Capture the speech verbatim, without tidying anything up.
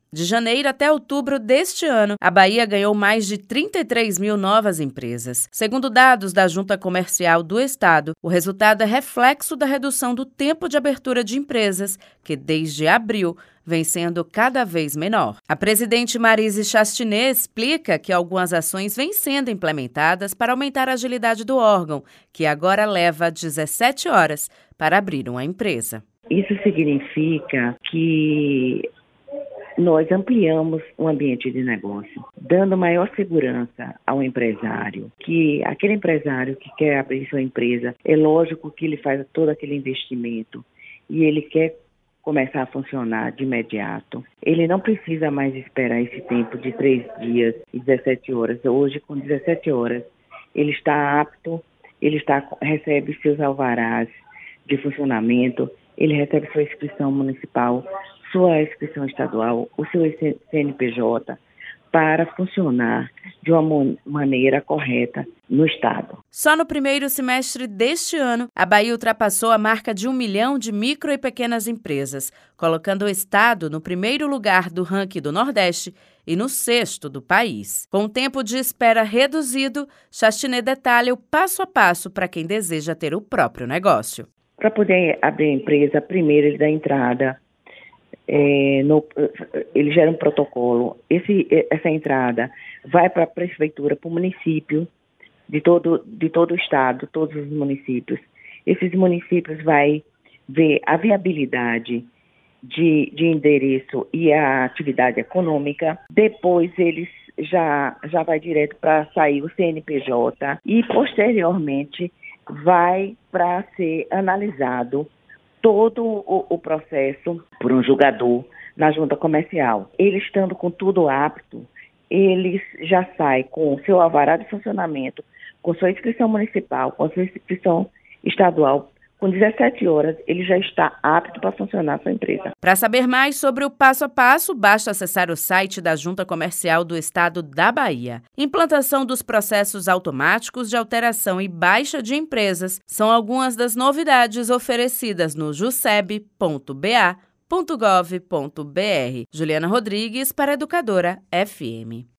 De janeiro até outubro deste ano, a Bahia ganhou mais de trinta e três mil novas empresas. Segundo dados da Junta Comercial do Estado, o resultado é reflexo da redução do tempo de abertura de empresas, que desde abril vem sendo cada vez menor. A presidente Marise Chastinet explica que algumas ações vêm sendo implementadas para aumentar a agilidade do órgão, que agora leva dezessete horas para abrir uma empresa. Isso significa que nós ampliamos o ambiente de negócio, dando maior segurança ao empresário, que aquele empresário que quer abrir sua empresa, é lógico que ele faz todo aquele investimento e ele quer começar a funcionar de imediato. Ele não precisa mais esperar esse tempo de três dias e dezessete horas. Hoje, com dezessete horas, ele está apto, ele está, recebe seus alvarás de funcionamento, ele recebe sua inscrição municipal, sua inscrição estadual, o seu C N P J, para funcionar de uma maneira correta no Estado. Só no primeiro semestre deste ano, a Bahia ultrapassou a marca de um milhão de micro e pequenas empresas, colocando o Estado no primeiro lugar do ranking do Nordeste e no sexto do país. Com o tempo de espera reduzido, Chastinet detalha o passo a passo para quem deseja ter o próprio negócio. Para poder abrir a empresa, primeiro ele dá entrada, É, no, ele gera um protocolo. Esse, essa entrada vai para a prefeitura, para o município, de todo, de todo o estado, todos os municípios. Esses municípios vai ver a viabilidade de, de endereço e a atividade econômica. Depois eles já, já vai direto para sair o C N P J e posteriormente vai para ser analisado todo o, o processo por um julgador na junta comercial. Ele estando com tudo apto, ele já sai com o seu alvará de funcionamento, com sua inscrição municipal, com sua inscrição estadual. Com dezessete horas, ele já está apto para funcionar a sua empresa. Para saber mais sobre o passo a passo, basta acessar o site da Junta Comercial do Estado da Bahia. Implantação dos processos automáticos de alteração e baixa de empresas são algumas das novidades oferecidas no juseb ponto b a ponto gov ponto b r. Juliana Rodrigues para Educadora F M.